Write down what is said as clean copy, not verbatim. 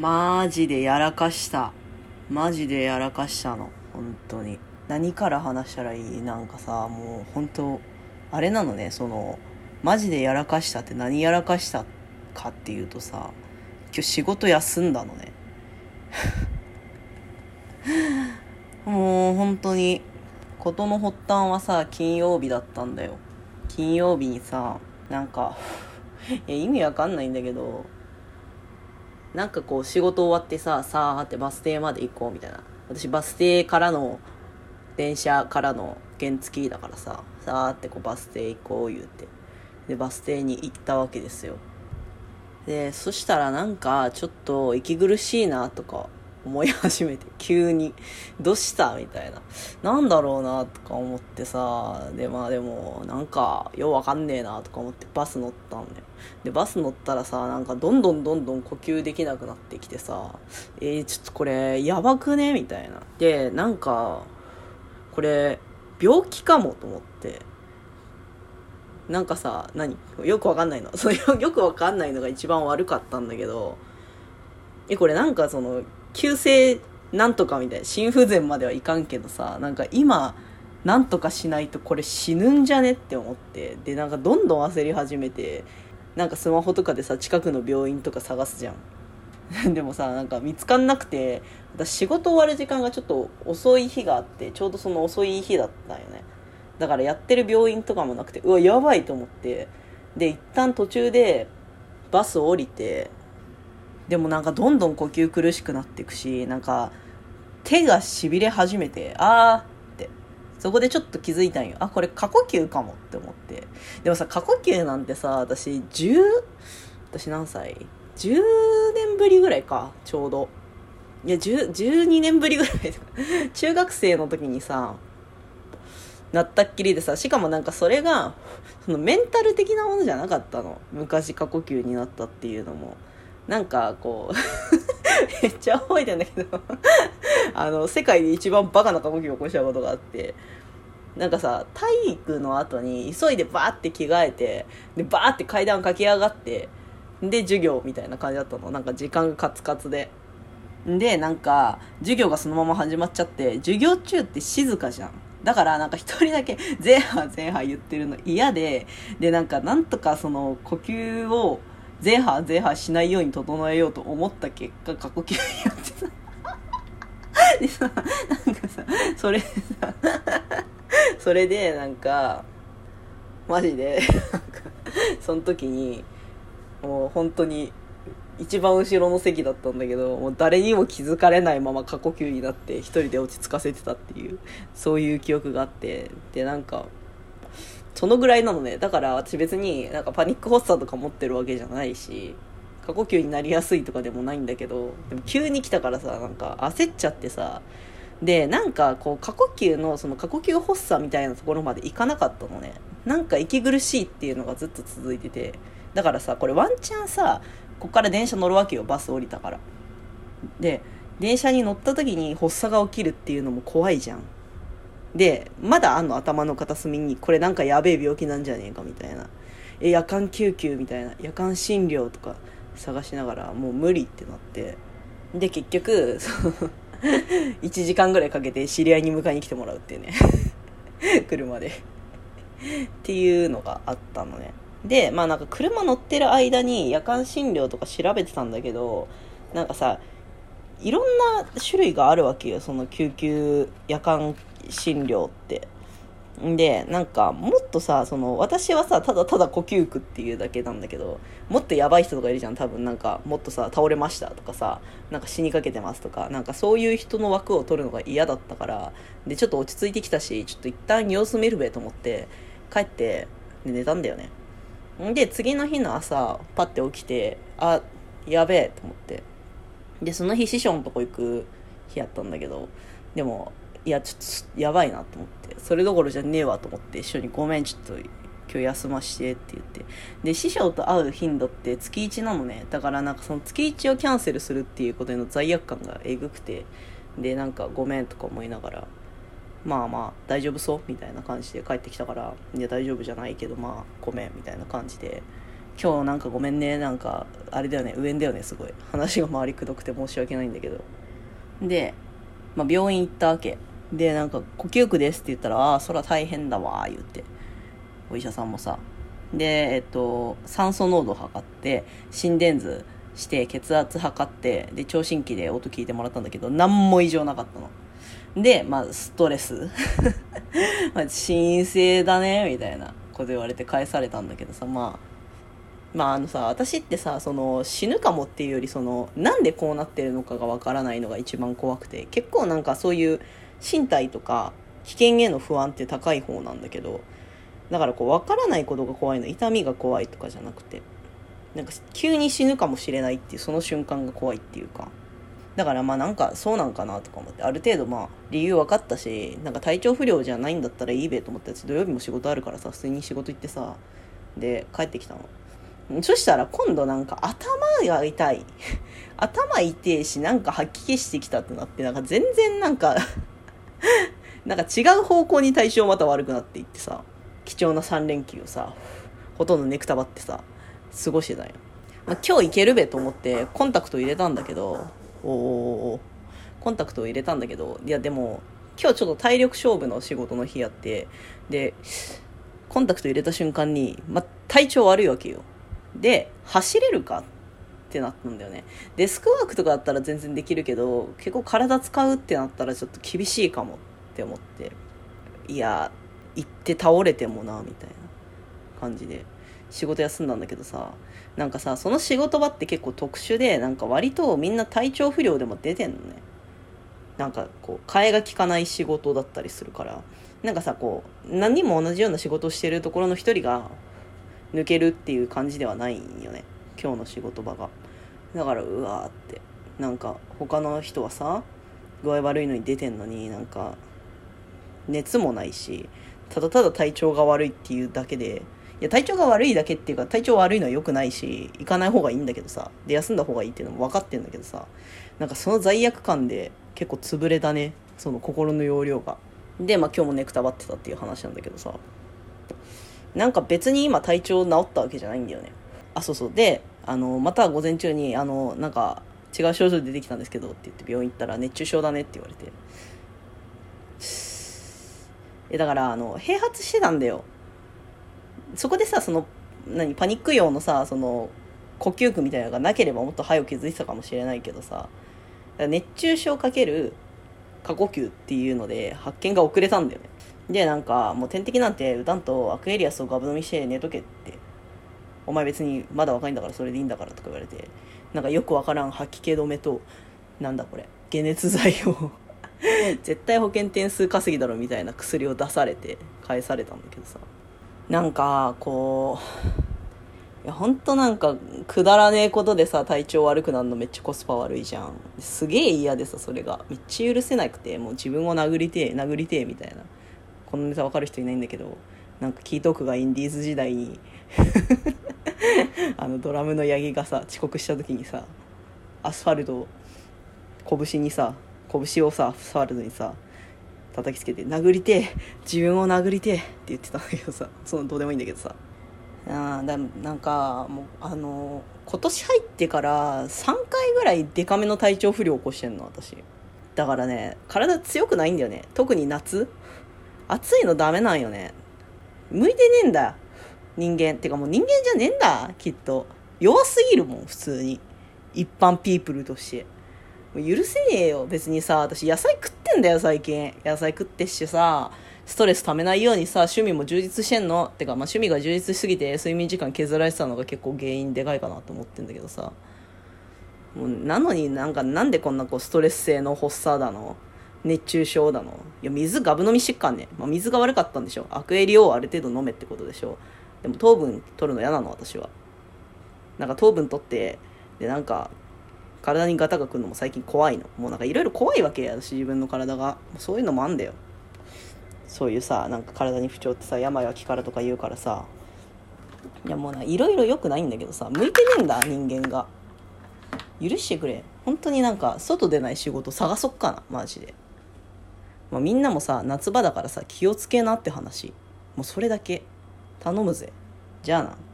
マジでやらかしたマジでやらかしたの。本当に何から話したらいい。なんかさ、もう本当あれなのね。マジでやらかしたって何やらかしたかっていうとさ、今日仕事休んだのね。もう本当に事の発端はさ、金曜日だったんだよ。金曜日にさ、なんか意味わかんないんだけど、なんかこう仕事終わってさーってバス停まで行こうみたいな。私バス停からの電車からの原付だからさーってこうバス停行こう言って、でバス停に行ったわけですよ。でそしたらなんかちょっと息苦しいなとか思い始めて、急にどうしたみたいな、なんだろうなとか思ってさ、でもなんかようわかんねえなとか思ってバス乗ったんだよ。でバス乗ったらさ、なんかどんどん呼吸できなくなってきてさ、ちょっとこれやばくねみたいな。でなんかこれ病気かもと思って、なんかさ、よくわかんないのよくわかんないのが一番悪かったんだけど、これなんか急性なんとかみたいな、心不全まではいかんけどさ、なんか今なんとかしないとこれ死ぬんじゃねって思って、でなんかどんどん焦り始めて、なんかスマホとかでさ近くの病院とか探すじゃんでもさ、なんか見つかんなくて、私仕事終わる時間がちょっと遅い日があって、ちょうどその遅い日だったんよね。だからやってる病院とかもなくて、うわやばいと思って、で一旦途中でバス降りて、でもなんかどんどん呼吸苦しくなっていくし、なんか手がしびれ始めて、ってそこでちょっと気づいたんよ。これ過呼吸かもって思って。でもさ、過呼吸なんてさ、私何歳 ?10 年ぶりぐらいか、ちょうど。いや、12年ぶりぐらい中学生の時にさなったっきりでさ、しかもなんかそれがメンタル的なものじゃなかったの。昔過呼吸になったっていうのもなんかこうめっちゃ覚えてんだけど世界で一番バカな過呼吸を起こしたことがあって、なんかさ、体育の後に急いでバーって着替えて、でバーって階段駆け上がって、で授業みたいな感じだったの。なんか時間がカツカツでなんか授業がそのまま始まっちゃって、授業中って静かじゃん。だからなんか一人だけゼーハー言ってるの嫌で、なんとかその呼吸をゼーハーしないように整えようと思った結果、過呼吸やってさでさ、なんかさ、それでなんかマジでなんかその時にもう本当に一番後ろの席だったんだけど、もう誰にも気づかれないまま過呼吸になって一人で落ち着かせてたっていう、そういう記憶があって、でなんかそのぐらいなのね。だから私別になんかパニック発作とか持ってるわけじゃないし、過呼吸になりやすいとかでもないんだけど、でも急に来たからさ、なんか焦っちゃってさ、でなんかこう過呼吸のその過呼吸発作みたいなところまでいかなかったのね。なんか息苦しいっていうのがずっと続いてて、だからさ、これワンチャンさ、こっから電車乗るわけよ、バス降りたから。で電車に乗った時に発作が起きるっていうのも怖いじゃん。でまだあんの、頭の片隅に、これなんかやべえ病気なんじゃねえかみたいな、夜間救急みたいな、夜間診療とか探しながらもう無理ってなって、で結局1時間ぐらいかけて知り合いに迎えに来てもらうっていうね車でっていうのがあったのね。でなんか車乗ってる間に夜間診療とか調べてたんだけど、なんかさ、いろんな種類があるわけよ、その救急夜間診療って。でなんかもっとさ、私はさただただ呼吸苦っていうだけなんだけど、もっとやばい人とかいるじゃん多分。なんかもっとさ、倒れましたとかさ、なんか死にかけてますとか、なんかそういう人の枠を取るのが嫌だったから、でちょっと落ち着いてきたし、ちょっと一旦様子見るべと思って帰って寝たんだよね。で次の日の朝パッて起きて、やべえと思って、でその日師匠のとこ行く日やったんだけど、でもいやちょっとやばいなと思って、それどころじゃねえわと思って、一緒にごめんちょっと今日休ましてって言って、で師匠と会う頻度って月1なのね。だからなんかその月1をキャンセルするっていうことへの罪悪感がえぐくて、でなんかごめんとか思いながら、まあ大丈夫そうみたいな感じで帰ってきたから、いや大丈夫じゃないけどまあごめんみたいな感じで今日なんかごめんね、なんかあれだよね、上だよね、すごい話が回りくどくて申し訳ないんだけど。で、病院行ったわけで、なんか呼吸苦ですって言ったら、ああそら大変だわ言って、お医者さんもさ、で酸素濃度測って心電図して血圧測って、で聴診器で音聞いてもらったんだけど、何も異常なかったので、ストレス鎮静だねみたいなこと言われて返されたんだけどさ、私ってさ、その死ぬかもっていうより、そのなんでこうなってるのかがわからないのが一番怖くて、結構なんかそういう身体とか危険への不安って高い方なんだけど、だからこうわからないことが怖いの、痛みが怖いとかじゃなくて、なんか急に死ぬかもしれないっていうその瞬間が怖いっていうか、だからなんかそうなんかなとか思って、ある程度理由分かったし、なんか体調不良じゃないんだったらいいべと思ったやつ、土曜日も仕事あるからさ、普通に仕事行ってさ、で帰ってきたの。そしたら今度なんか頭が痛い頭痛いし、なんか吐き気してきたってなって、なんか全然なんかなんか違う方向に体調また悪くなっていってさ、貴重な3連休をさ、ほとんどネクタバってさ過ごしてたんよ。今日行けるべと思ってコンタクト入れたんだけど、コンタクトを入れたんだけど、いやでも今日ちょっと体力勝負の仕事の日やって、でコンタクト入れた瞬間に、体調悪いわけよ。で走れるかってなったんだよね。デスクワークとかだったら全然できるけど、結構体使うってなったらちょっと厳しいかもって思って、いや行って倒れてもなみたいな感じで仕事休んだんだけどさ、なんかさ、その仕事場って結構特殊で、なんか割とみんな体調不良でも出てんのね。なんかこう替えが利かない仕事だったりするから、なんかさ、こう何人も同じような仕事をしてるところの一人が抜けるっていう感じではないんよね、今日の仕事場が。だからうわーって、なんか他の人はさ、具合悪いのに出てんのに、なんか熱もないし、ただただ体調が悪いっていうだけで、いや体調が悪いだけっていうか、体調悪いのは良くないし、行かない方がいいんだけどさ、で休んだ方がいいっていうのも分かってんだけどさ、なんかその罪悪感で結構潰れたね、その心の容量が。で今日もネクタバってたっていう話なんだけどさ、なんか別に今体調治ったわけじゃないんだよね。そうそう。でまた午前中になんか違う症状出てきたんですけどって言って病院行ったら、熱中症だねって言われて、だから併発してたんだよ。そこでさ、そのパニック用のさ、その呼吸器みたいなのがなければもっと早く気づいてたかもしれないけどさ、熱中症かける過呼吸っていうので発見が遅れたんだよね。でなんかもう点滴なんて打たんとアクエリアスをガブ飲みして寝とけって、お前別にまだ若いんだからそれでいいんだからとか言われて、なんかよくわからん吐き気止めと、なんだこれ解熱剤を絶対保険点数稼ぎだろみたいな薬を出されて返されたんだけどさ、なんかこう、いやほんとなんかくだらねえことでさ体調悪くなるのめっちゃコスパ悪いじゃん。すげえ嫌でさ、それがめっちゃ許せなくて、もう自分を殴りてえみたいな。このネタ分かる人いないんだけど、なんかキートークがインディーズ時代にドラムの八木がさ遅刻した時にさ、アスファルトを拳をさアスファルトにさ叩きつけて、自分を殴りてえって言ってたんだけどさ、そのどうでもいいんだけどさ、なんかもう今年入ってから3回ぐらいデカめの体調不良を起こしてんの私。だからね、体強くないんだよね。特に夏暑いのダメなんよね。向いてねえんだ人間ってか、もう人間じゃねえんだきっと。弱すぎるもん普通に、一般ピープルとして。もう許せねえよ別にさ。私野菜食ってんだよ最近。野菜食ってっしさ、ストレスためないようにさ、趣味も充実してんの。てか趣味が充実しすぎて睡眠時間削られてたのが結構原因でかいかなと思ってんだけどさ、もうなのになんでこんなストレス性の発作だの、熱中症だの。いや水ガブ飲みしてっかんね。水が悪かったんでしょ。アクエリをある程度飲めってことでしょ。でも糖分取るの嫌なの私は。なんか糖分取ってでなんか体にガタがくるのも最近怖いの。もうなんかいろいろ怖いわけや私自分の体が。そういうのもあんだよ。そういうさ、なんか体に不調ってさ、病は気からとか言うからさ、いやもういろいろ良くないんだけどさ、向いてねえんだ人間が。許してくれ本当に。なんか外出ない仕事探そっかなマジで。みんなもさ夏場だからさ気をつけなって話、もうそれだけ頼むぜ。じゃあな。